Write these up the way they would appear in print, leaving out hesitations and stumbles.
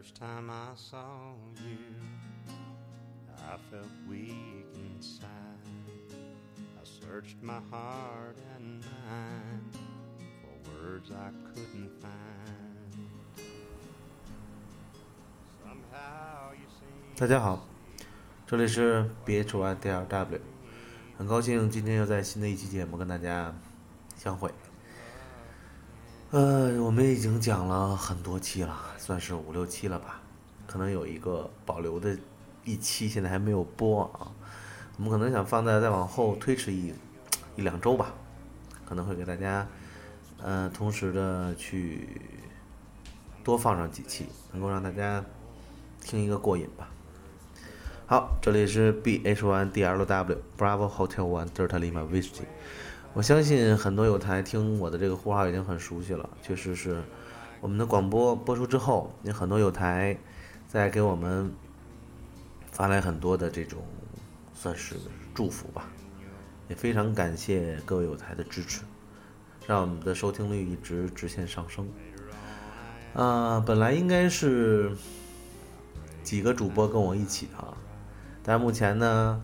first time I saw you, I felt weak inside. I searched my heart and mind for words I couldn't find. Somehow you seem. 大家好，这里是 BHYDLW， 很高兴今天又在新的一期节目跟大家相会。我们已经讲了很多期了，算是5、6期了吧，可能有一个保留的一期现在还没有播啊，我们可能想放在再往后推迟一两周吧，可能会给大家同时的去多放上几期，能够让大家听一个过瘾吧。好，这里是 BH1DLW Bravo Hotel 1 Delta Lima Whiskey。我相信很多有台听我的这个呼号已经很熟悉了，确实是我们的广播播出之后，有很多有台在给我们发来很多的这种算是祝福吧，也非常感谢各位有台的支持，让我们的收听率一直直线上升。本来应该是几个主播跟我一起啊，但目前呢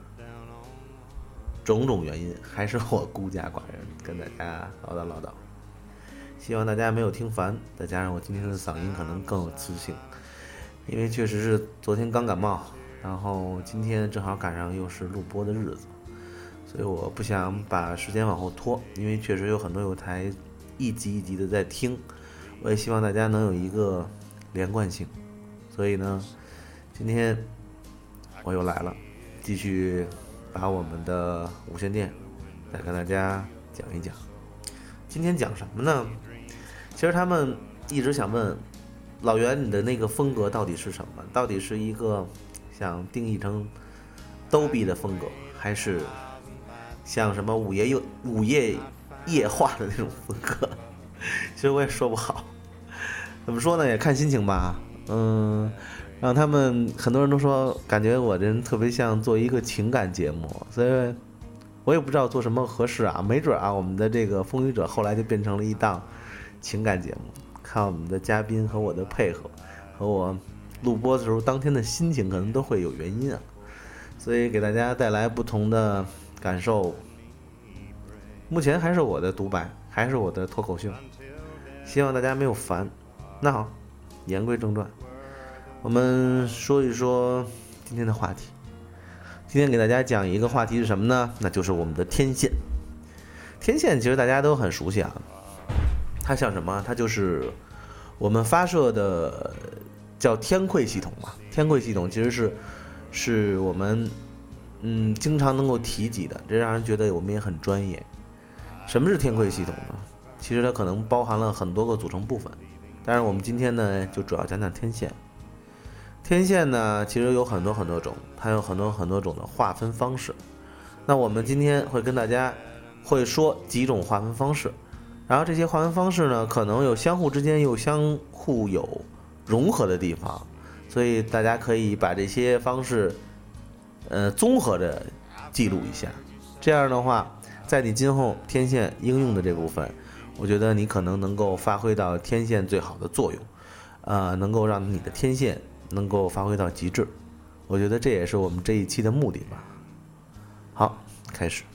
种种原因还是我孤家寡人跟大家唠叨，希望大家没有听烦，再加上我今天的嗓音可能更有磁性，因为确实是昨天刚感冒，然后今天正好赶上又是录播的日子，所以我不想把时间往后拖，因为确实有很多有台一集一集的在听，我也希望大家能有一个连贯性，所以呢今天我又来了，继续把我们的无线电再跟大家讲一讲。今天讲什么呢？其实他们一直想问老袁，你的那个风格到底是什么？到底是一个想定义成逗比的风格，还是像什么午夜夜话的那种风格？其实我也说不好，怎么说呢，也看心情吧。让他们很多人都说感觉我这人特别像做一个情感节目，所以我也不知道做什么合适啊，没准啊我们的这个风雨者后来就变成了一档情感节目，看我们的嘉宾和我的配合和我录播的时候当天的心情可能都会有原因啊，所以给大家带来不同的感受。目前还是我的独白，还是我的脱口秀，希望大家没有烦。那好，言归正传，我们说一说今天的话题。今天给大家讲一个话题是什么呢？那就是我们的天线。天线其实大家都很熟悉啊，它像什么？它就是我们发射的叫天馈系统嘛。天馈系统其实是我们经常能够提及的，这让人觉得我们也很专业。什么是天馈系统呢？其实它可能包含了很多个组成部分，但是我们今天呢就主要讲讲天线。天线呢其实有很多种，它有很多种的划分方式。那我们今天会跟大家会说几种划分方式，然后这些划分方式呢可能有相互之间又相互有融合的地方，所以大家可以把这些方式综合着记录一下，这样的话在你今后天线应用的这部分，我觉得你可能能够发挥到天线最好的作用，能够让你的天线能够发挥到极致，我觉得这也是我们这一期的目的吧。好，开始。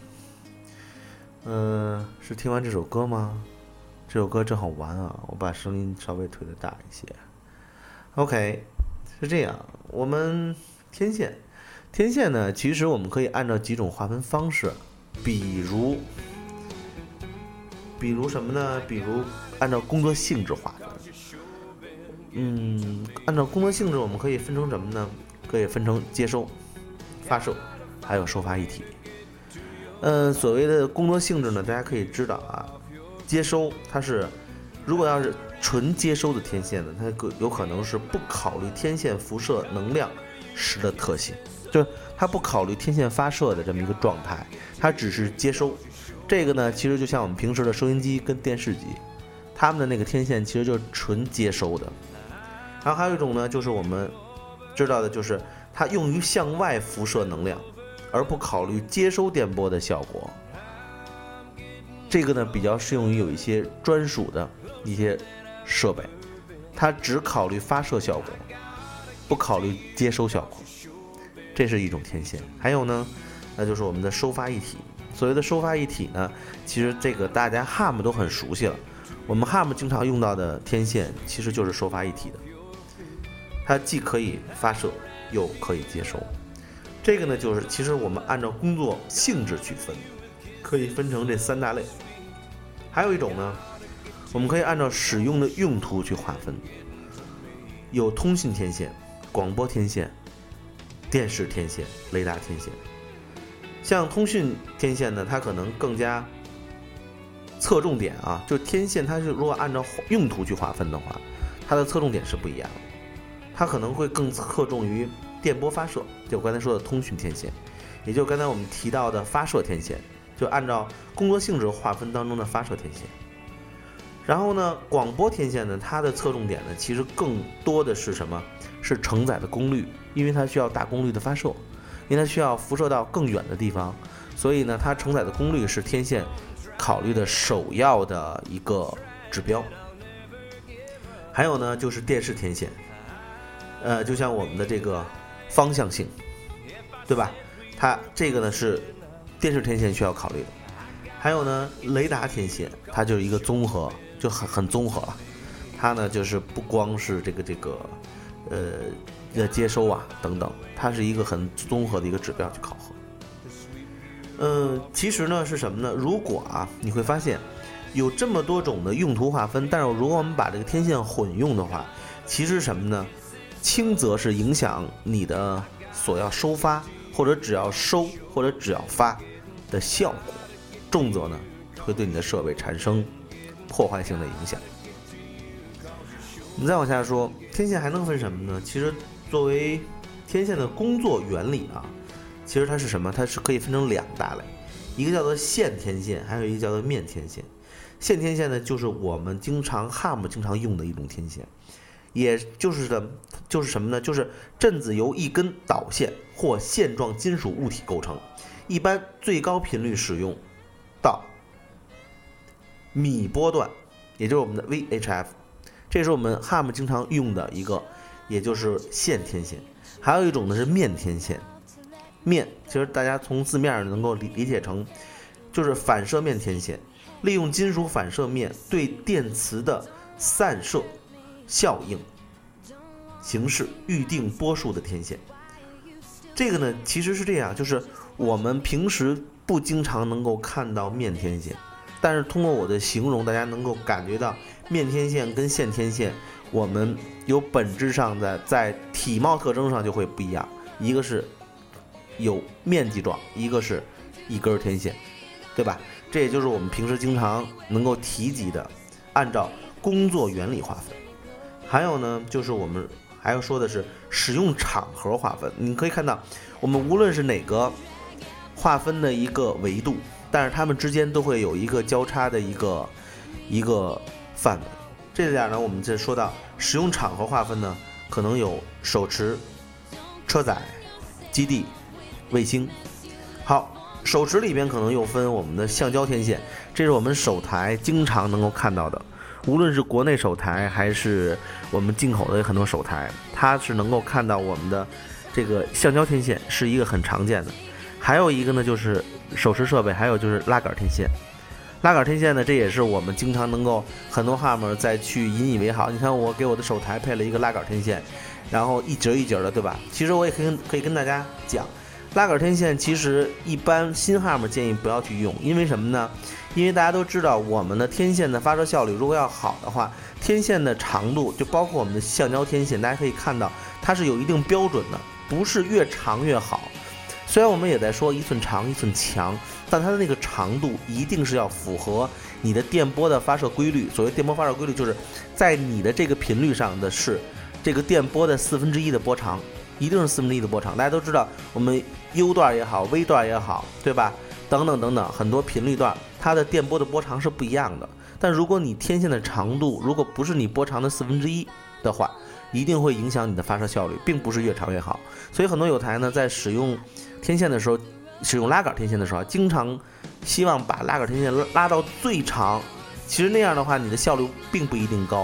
是听完这首歌吗？这首歌真好玩啊，我把声音稍微推得大一些。OK， 是这样，我们天线呢，其实我们可以按照几种划分方式，比如什么呢？比如按照工作性质划分。按照工作性质，我们可以分成什么呢？可以分成接收、发射，还有收发一体。所谓的工作性质呢，大家可以知道啊，接收它是，如果要是纯接收的天线呢，它有可能是不考虑天线辐射能量时的特性，就是它不考虑天线发射的这么一个状态，它只是接收。这个呢，其实就像我们平时的收音机跟电视机，它们的那个天线其实就是纯接收的。然后还有一种呢，就是我们知道的，就是它用于向外辐射能量，而不考虑接收电波的效果。这个呢，比较适用于有一些专属的一些设备， 它只考虑发射效果，不考虑接收效果，这是一种天线。还有呢，那就是我们的收发一体。所谓的收发一体呢，其实这个大家 HARM 都很熟悉了。我们 HARM 经常用到的天线其实就是收发一体的，它既可以发射又可以接收。这个呢，就是其实我们按照工作性质去分，可以分成这3大类。还有一种呢，我们可以按照使用的用途去划分，有通信天线、广播天线、电视天线、雷达天线。像通讯天线呢，它可能更加侧重点啊，就天线它是如果按照用途去划分的话，它的侧重点是不一样的。它可能会更侧重于电波发射，就我刚才说的通讯天线，也就刚才我们提到的发射天线，就按照工作性质划分当中的发射天线。然后呢，广播天线呢，它的侧重点呢，其实更多的是什么？是承载的功率，因为它需要大功率的发射，因为它需要辐射到更远的地方，所以呢，它承载的功率是天线考虑的首要的一个指标。还有呢，就是电视天线，就像我们的这个方向性，对吧？它这个呢是电视天线需要考虑的。还有呢，雷达天线，它就是一个综合，就很综合了。它呢就是不光是这个接收啊等等，它是一个很综合的一个指标去考核。其实呢是什么呢？如果你会发现有这么多种的用途划分，但是如果我们把这个天线混用的话，其实什么呢？轻则是影响你的所要收发，或者只要收或者只要发的效果，重则呢会对你的设备产生破坏性的影响。我们再往下说，天线还能分什么呢？其实作为天线的工作原理其实它是什么？它是可以分成2大类，一个叫做线天线，还有一个叫做面天线。线天线呢，就是我们HARM 经常用的一种天线，也就是什么呢？就是振子由一根导线或线状金属物体构成，一般最高频率使用到米波段，也就是我们的 VHF， 这是我们 HARM 经常用的一个，也就是线天线。还有一种呢是面天线，面其实大家从字面能够理解成就是反射面天线，利用金属反射面对电磁的散射效应形式预定波数的天线。这个呢其实是这样，就是我们平时不经常能够看到面天线，但是通过我的形容，大家能够感觉到面天线跟线天线我们有本质上的在体貌特征上就会不一样，一个是有面积状，一个是一根天线，对吧？这也就是我们平时经常能够提及的按照工作原理划分。还有呢，就是我们还要说的是使用场合划分。你可以看到我们无论是哪个划分的一个维度，但是它们之间都会有一个交叉的一个范围。这点呢，我们再说到使用场合划分呢，可能有手持、车载、基地、卫星。好，手持里边可能又分我们的橡胶天线，这是我们手台经常能够看到的，无论是国内手台还是我们进口的很多手台，它是能够看到我们的这个橡胶天线，是一个很常见的。还有一个呢就是手持设备，还有就是拉杆天线。拉杆天线呢，这也是我们经常能够很多 HARM 再去引以为豪。你看我给我的手台配了一个拉杆天线，然后一节一节的，对吧？其实我也可以跟大家讲，拉杆天线其实一般新 HARM 建议不要去用，因为什么呢？因为大家都知道我们的天线的发射效率如果要好的话，天线的长度就包括我们的橡胶天线，大家可以看到它是有一定标准的，不是越长越好。虽然我们也在说1寸长1寸强，但它的那个长度一定是要符合你的电波的发射规律。所谓电波发射规律，就是在你的这个频率上的是这个电波的1/4的波长，一定是1/4的波长。大家都知道我们 U 段也好 V 段也好，对吧？等等等等，很多频率段它的电波的波长是不一样的。但如果你天线的长度如果不是你波长的1/4的话，一定会影响你的发射效率，并不是越长越好。所以很多有台呢，在使用天线的时候，使用拉杆天线的时候，经常希望把拉杆天线拉到最长，其实那样的话你的效率并不一定高。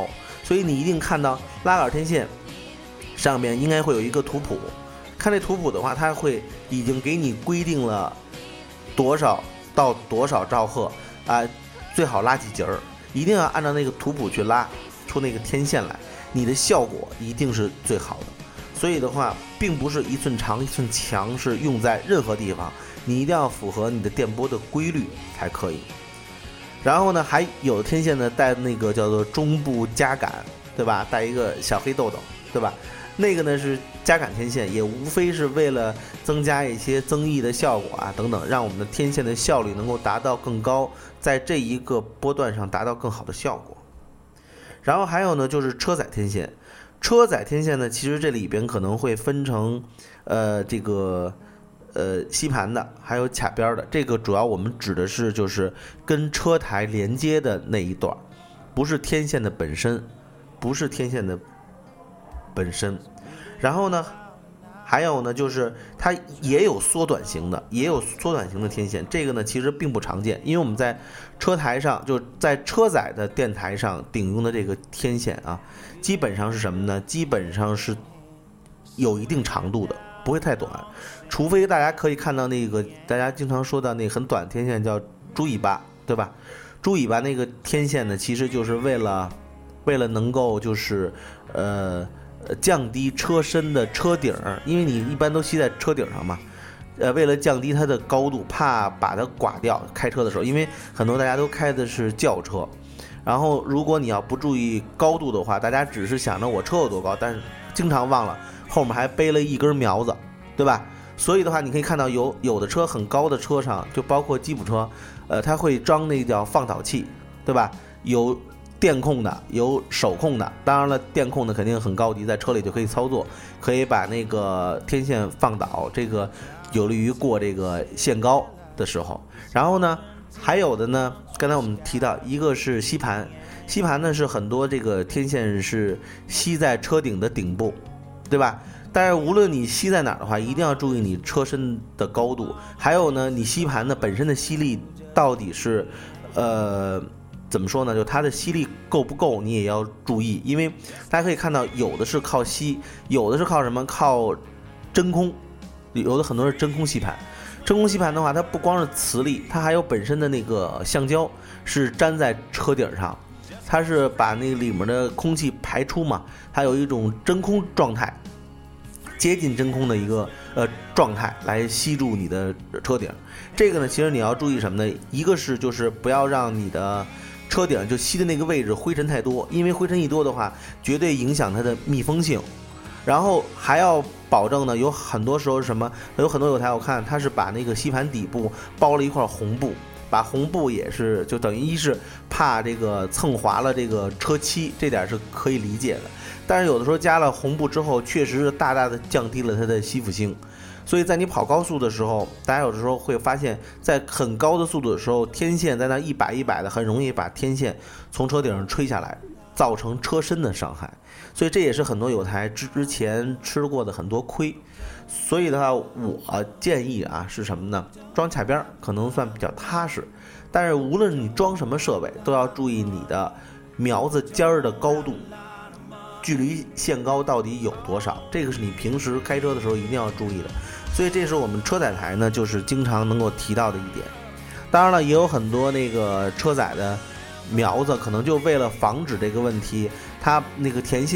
所以你一定看到拉杆天线上面应该会有一个图谱，看这图谱的话，它会已经给你规定了多少到多少兆赫啊，最好拉几节儿，一定要按照那个图谱去拉出那个天线来，你的效果一定是最好的。所以的话，并不是一寸长一寸强是用在任何地方，你一定要符合你的电波的规律才可以。然后呢，还有的天线呢带那个叫做中部夹杆，对吧？带一个小黑豆豆，对吧？那个呢是夹杆天线，也无非是为了增加一些增益的效果啊等等，让我们的天线的效率能够达到更高，在这一个波段上达到更好的效果。然后还有呢就是车载天线，车载天线呢其实这里边可能会分成这个吸盘的还有卡边的，这个主要我们指的是就是跟车台连接的那一段，不是天线的本身，不是天线的本身。然后呢还有呢就是它也有缩短型的，也有缩短型的天线，这个呢其实并不常见，因为我们在车台上就在车载的电台上顶用的这个天线啊，基本上是什么呢？基本上是有一定长度的，不会太短，除非大家可以看到那个大家经常说到那个很短的天线叫猪尾巴，对吧？猪尾巴那个天线呢，其实就是为了能够就是降低车身的车顶，因为你一般都吸在车顶上嘛，为了降低它的高度，怕把它刮掉。开车的时候，因为很多大家都开的是轿车，然后如果你要不注意高度的话，大家只是想着我车有多高，但是经常忘了后面还背了一根苗子，对吧？所以的话，你可以看到有的车很高的车上，就包括吉普车，它会装那叫放导器，对吧？有电控的，有手控的，当然了，电控的肯定很高级，在车里就可以操作，可以把那个天线放导，这个有利于过这个限高的时候。然后呢，还有的呢，刚才我们提到一个是吸盘，吸盘呢是很多这个天线是吸在车顶的顶部，对吧？但是无论你吸在哪儿的话，一定要注意你车身的高度，还有呢，你吸盘的本身的吸力到底是怎么说呢？就它的吸力够不够，你也要注意，因为大家可以看到，有的是靠吸，有的是靠什么？靠真空，有的很多是真空吸盘。真空吸盘的话，它不光是磁力，它还有本身的那个橡胶是粘在车顶上，它是把那个里面的空气排出嘛，它有一种真空状态，接近真空的一个状态来吸住你的车顶。这个呢，其实你要注意什么呢？一个是就是不要让你的车顶就吸的那个位置灰尘太多，因为灰尘一多的话，绝对影响它的密封性。然后还要保证呢，有很多时候是什么？有很多有台我看它是把那个吸盘底部包了一块红布，把红布也是就等于一是怕这个蹭滑了这个车漆，这点是可以理解的。但是有的时候加了红布之后，确实是大大的降低了它的吸附性。所以在你跑高速的时候，大家有的时候会发现，在很高的速度的时候，天线在那100的，很容易把天线从车顶上吹下来，造成车身的伤害。所以这也是很多有台之前吃过的很多亏。所以的话，我建议啊是什么呢？装卡边可能算比较踏实，但是无论你装什么设备，都要注意你的苗子尖儿的高度，距离限高到底有多少，这个是你平时开车的时候一定要注意的。所以这是我们车载台呢，就是经常能够提到的一点。当然了，也有很多那个车载的苗子，可能就为了防止这个问题，它那个天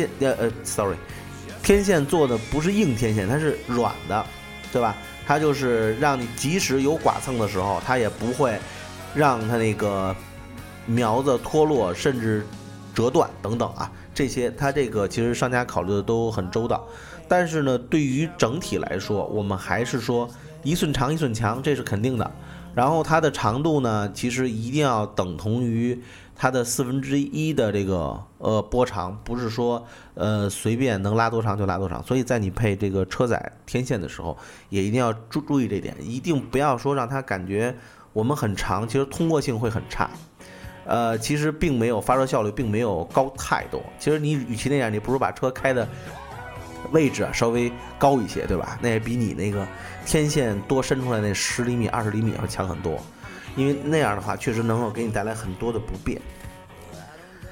线做的不是硬天线，它是软的，对吧？它就是让你即使有剐蹭的时候，它也不会让它那个苗子脱落，甚至折断等等啊。这些它这个其实商家考虑的都很周到。但是呢，对于整体来说，我们还是说一寸长一寸强，这是肯定的。然后它的长度呢，其实一定要等同于它的1/4的这个波长，不是说随便能拉多长就拉多长。所以在你配这个车载天线的时候，也一定要注意这点，一定不要说让它感觉我们很长，其实通过性会很差。其实并没有发射效率，并没有高太多。其实你与其那样，你不如把车开的位置稍微高一些，对吧？那也比你那个天线多伸出来那10厘米、20厘米要强很多，因为那样的话确实能够给你带来很多的不便。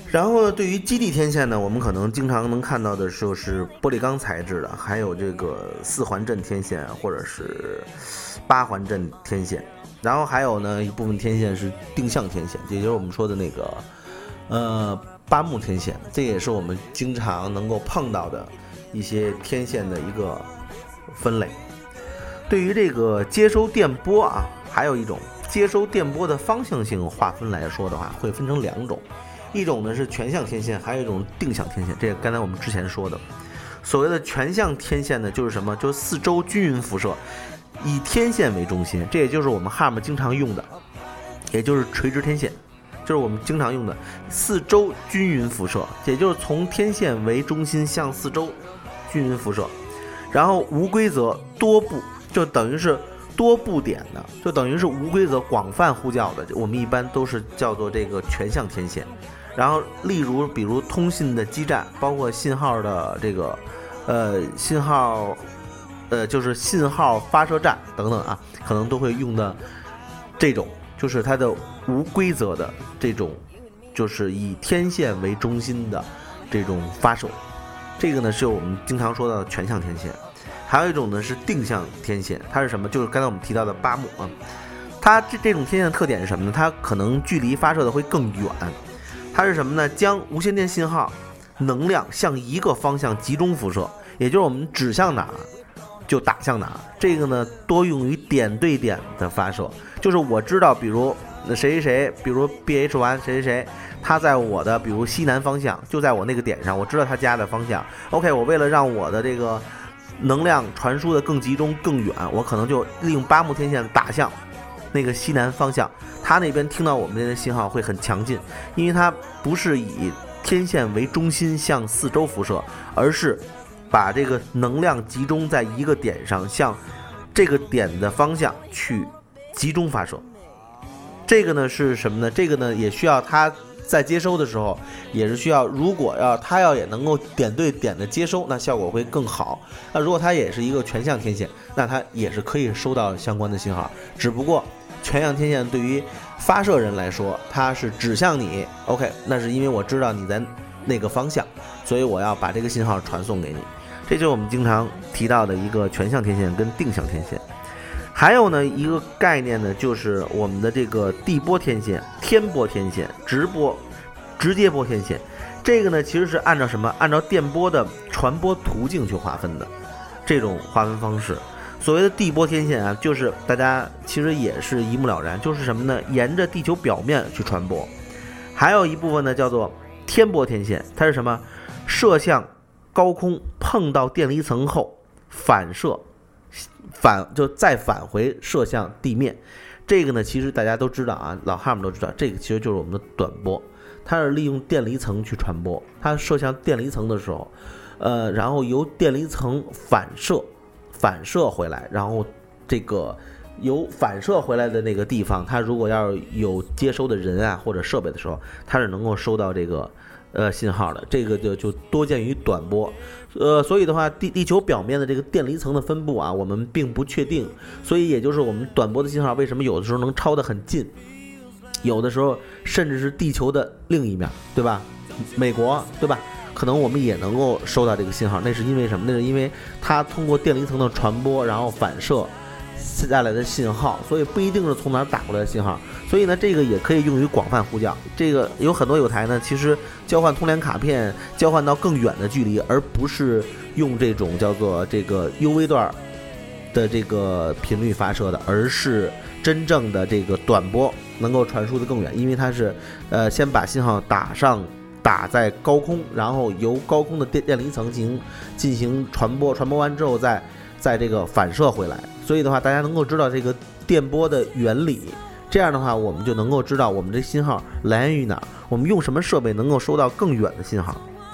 然后呢，对于基地天线呢，我们可能经常能看到的就是玻璃钢材质的，还有这个4环阵天线或者是8环阵天线。然后还有呢一部分天线是定向天线，也就是我们说的那个8目天线，这也是我们经常能够碰到的一些天线的一个分类。对于这个接收电波啊，还有一种接收电波的方向性划分来说的话，会分成2种，一种呢是全向天线，还有一种定向天线。这个刚才我们之前说的，所谓的全向天线呢，就是什么？就是4周均匀辐射，以天线为中心，这也就是我们 HARM 经常用的，也就是垂直天线，就是我们经常用的4周均匀辐射，也就是从天线为中心向4周均匀辐射，然后无规则多布，就等于是多布点的，就等于是无规则广泛呼叫的，我们一般都是叫做这个全向天线。然后例如比如通信的基站，包括信号的这个信号就是信号发射站等等啊，可能都会用的这种，就是它的无规则的这种，就是以天线为中心的这种发射。这个呢是我们经常说到的全向天线。还有一种呢是定向天线，它是什么？就是刚才我们提到的8目啊。它这种天线的特点是什么呢？它可能距离发射的会更远。它是什么呢？将无线电信号能量向一个方向集中辐射，也就是我们指向哪儿就打向哪儿。这个呢多用于点对点的发射，就是我知道，比如谁谁谁，比如 BH1 谁谁谁，他在我的比如西南方向，就在我那个点上，我知道他家的方向。OK， 我为了让我的这个能量传输的更集中更远，我可能就利用8目天线打向那个西南方向，他那边听到我们这边的信号会很强劲，因为它不是以天线为中心向4周辐射，而是把这个能量集中在一个点上，向这个点的方向去集中发射。这个呢是什么呢？这个呢也需要它在接收的时候，也是需要，如果它也能够点对点的接收，那效果会更好。那如果它也是一个全向天线，那它也是可以收到相关的信号，只不过全向天线对于发射人来说，它是指向你 OK， 那是因为我知道你在那个方向，所以我要把这个信号传送给你。这就是我们经常提到的一个全向天线跟定向天线。还有呢一个概念呢，就是我们的这个地波天线、天波天线、直接波天线。这个呢其实是按照什么？按照电波的传播途径去划分的，这种划分方式。所谓的地波天线啊，就是大家其实也是一目了然，就是什么呢？沿着地球表面去传播。还有一部分呢叫做天波天线，它是什么？射向高空，碰到电离层后反射，就再返回射向地面。这个呢其实大家都知道啊，老汉们都知道，这个其实就是我们的短波，它是利用电离层去传播。它射向电离层的时候，然后由电离层反射回来，然后这个由反射回来的那个地方，它如果要有接收的人啊或者设备的时候，它是能够收到这个信号的。这个就多见于短波。所以的话，地球表面的这个电离层的分布啊，我们并不确定。所以也就是我们短波的信号为什么有的时候能超得很近，有的时候甚至是地球的另一面，对吧？美国，对吧？可能我们也能够收到这个信号，那是因为什么？那是因为它通过电离层的传播，然后反射带来的信号，所以不一定是从哪儿打过来的信号。所以呢，这个也可以用于广泛呼叫。这个有很多有台呢，其实交换通联卡片，交换到更远的距离，而不是用这种叫做这个 UV 段的这个频率发射的，而是真正的这个短波能够传输的更远，因为它是先把信号打在高空，然后由高空的电离层进行传播，传播完之后再这个反射回来。所以的话，大家能够知道这个电波的原理，这样的话我们就能够知道我们这信号来源于哪儿，我们用什么设备能够收到更远的信号。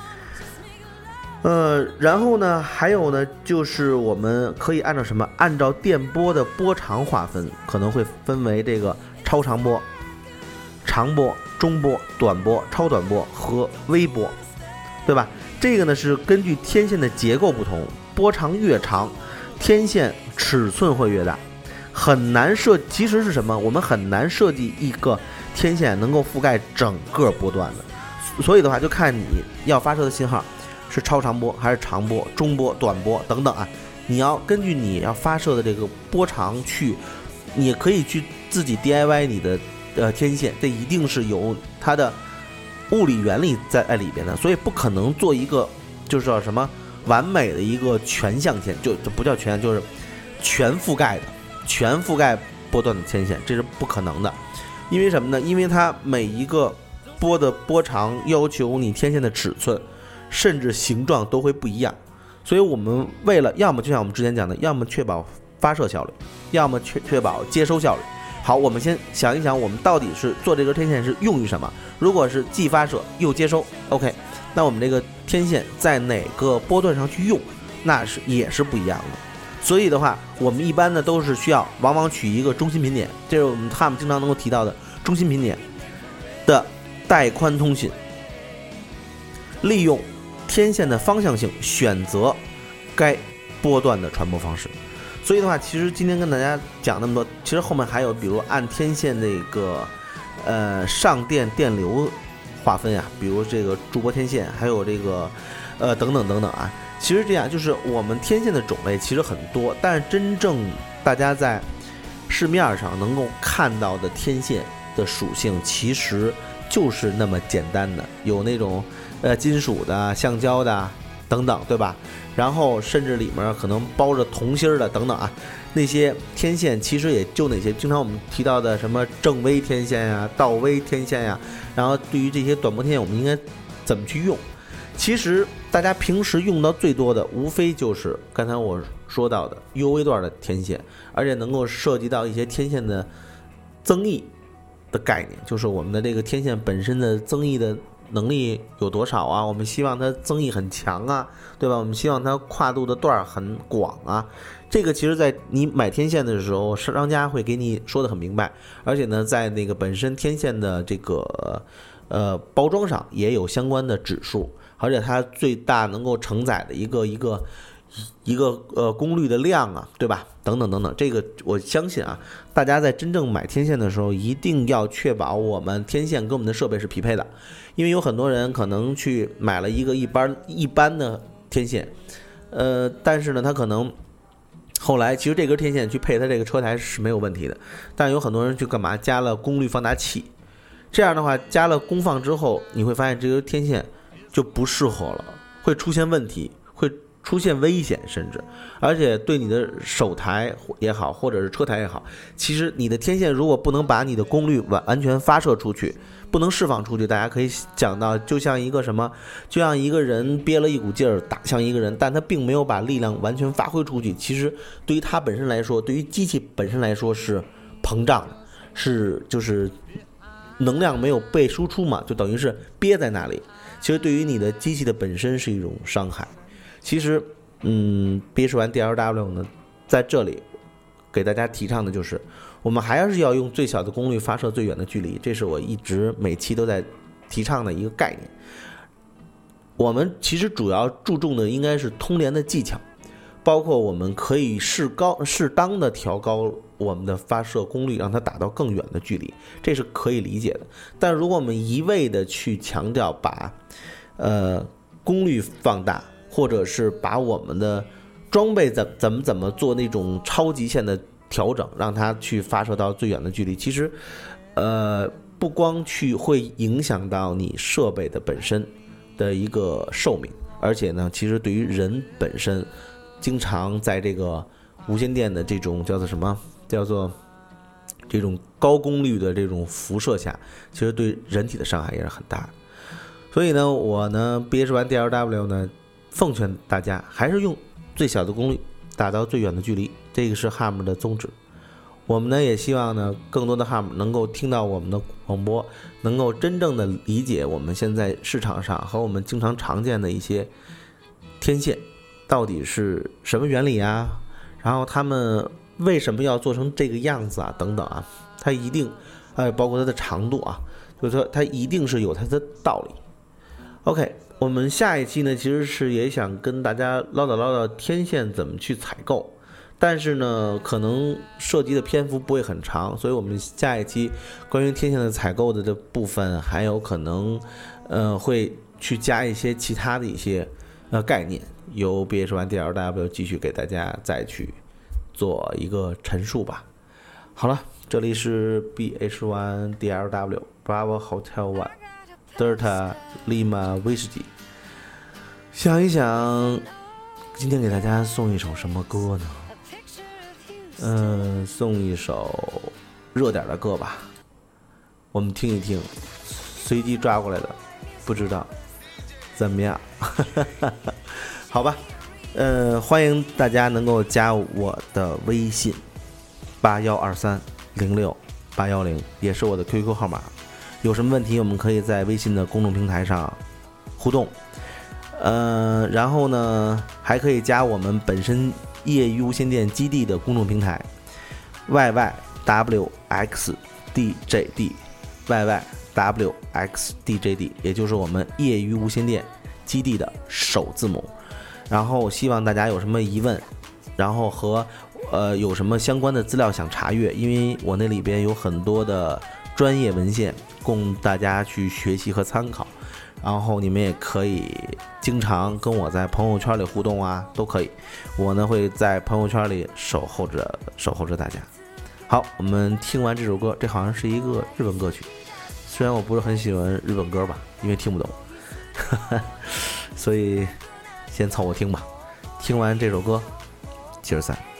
然后呢还有呢，就是我们可以按照什么？按照电波的波长划分，可能会分为这个超长波、长波、中波、短波、超短波和微波，对吧？这个呢是根据天线的结构不同，波长越长，天线尺寸会越大，很难其实是什么？我们很难设计一个天线能够覆盖整个波段的。 所以的话就看你要发射的信号是超长波还是长波、中波、短波等等啊，你要根据你要发射的这个波长去，你也可以去自己 DIY 你的天线，这一定是有它的物理原理在里边的，所以不可能做一个就是叫什么完美的一个全向线，就不叫全，就是全覆盖波段的天线，这是不可能的。因为什么呢？因为它每一个波的波长要求你天线的尺寸甚至形状都会不一样，所以我们为了要么就像我们之前讲的，要么确保发射效率，要么确保接收效率。好，我们先想一想，我们到底是做这根天线是用于什么？如果是既发射又接收 ，OK， 那我们这个天线在哪个波段上去用，那也是不一样的。所以的话，我们一般呢都是需要往往取一个中心频点，这是我们他们经常能够提到的中心频点的带宽通信，利用天线的方向性选择该波段的传播方式。所以的话，其实今天跟大家讲那么多，其实后面还有比如按天线那个上电电流划分啊，比如这个驻波天线，还有这个等等等等啊。其实这样就是我们天线的种类其实很多，但是真正大家在市面上能够看到的天线的属性其实就是那么简单的，有那种金属的、橡胶的等等，对吧？然后甚至里面可能包着铜芯的等等啊，那些天线其实也就那些经常我们提到的什么正微天线呀、倒微天线呀，然后对于这些短波天线我们应该怎么去用？其实大家平时用到最多的无非就是刚才我说到的 UV 段的天线，而且能够涉及到一些天线的增益的概念，就是我们的这个天线本身的增益的能力有多少啊？我们希望它增益很强啊，对吧？我们希望它跨度的段很广啊。这个其实在你买天线的时候，商家会给你说得很明白，而且呢，在那个本身天线的这个包装上也有相关的指数，而且它最大能够承载的一个功率的量啊，对吧？等等等等，这个我相信啊，大家在真正买天线的时候，一定要确保我们天线跟我们的设备是匹配的，因为有很多人可能去买了一个一般的天线，但是呢，他可能后来其实这根天线去配它这个车台是没有问题的，但有很多人去干嘛加了功率放大器，这样的话加了功放之后，你会发现这根天线就不适合了，会出现问题，会出现危险，甚至而且对你的手台也好，或者是车台也好，其实你的天线如果不能把你的功率完全发射出去，不能释放出去，大家可以讲到就像一个什么，就像一个人憋了一股劲儿打向一个人，但他并没有把力量完全发挥出去，其实对于他本身来说，对于机器本身来说是膨胀的，是就是能量没有被输出嘛，就等于是憋在那里，其实对于你的机器的本身是一种伤害。其实别说完 DLW 呢，在这里给大家提倡的就是我们还是要用最小的功率发射最远的距离，这是我一直每期都在提倡的一个概念。我们其实主要注重的应该是通联的技巧，包括我们可以适当的调高我们的发射功率，让它打到更远的距离，这是可以理解的。但如果我们一味的去强调把功率放大，或者是把我们的装备怎么做那种超极限的调整，让它去发射到最远的距离，其实不光去会影响到你设备的本身的一个寿命，而且呢，其实对于人本身经常在这个无线电的这种叫做这种高功率的这种辐射下，其实对人体的伤害也是很大的。所以呢，我呢 BH1 DLW 呢奉劝大家还是用最小的功率打到最远的距离，这个是 HARM 的宗旨。我们呢也希望呢更多的 HARM 能够听到我们的广播，能够真正的理解我们现在市场上和我们经常常见的一些天线到底是什么原理啊，然后他们为什么要做成这个样子啊等等啊，它一定包括它的长度啊，就是说它一定是有它的道理。OK， 我们下一期呢，其实是也想跟大家唠叨天线怎么去采购。 但是呢，可能涉及的篇幅不会很长，所以我们下一期关于天线的采购的这部分，还有可能会去加一些其他的一些概念，由 BH1DLW 继续给大家再去做一个陈述吧。好了，这里是 BH1DLW Bravo Hotel One Delta Lima Whiskey。想一想，今天给大家送一首什么歌呢？送一首热点的歌吧，我们听一听，随机抓过来的，不知道怎么样？好吧，欢迎大家能够加我的微信8123068110，也是我的 QQ 号码。有什么问题，我们可以在微信的公众平台上互动。然后呢，还可以加我们本身业余无线电基地的公众平台 YYWXDJD YYWXDJD， 也就是我们业余无线电基地的首字母。然后希望大家有什么疑问，然后和有什么相关的资料想查阅，因为我那里边有很多的专业文献供大家去学习和参考。然后你们也可以经常跟我在朋友圈里互动啊，都可以。我呢会在朋友圈里守候着大家。好，我们听完这首歌，这好像是一个日本歌曲，虽然我不是很喜欢日本歌吧，因为听不懂，所以先凑合听吧。听完这首歌，接着散。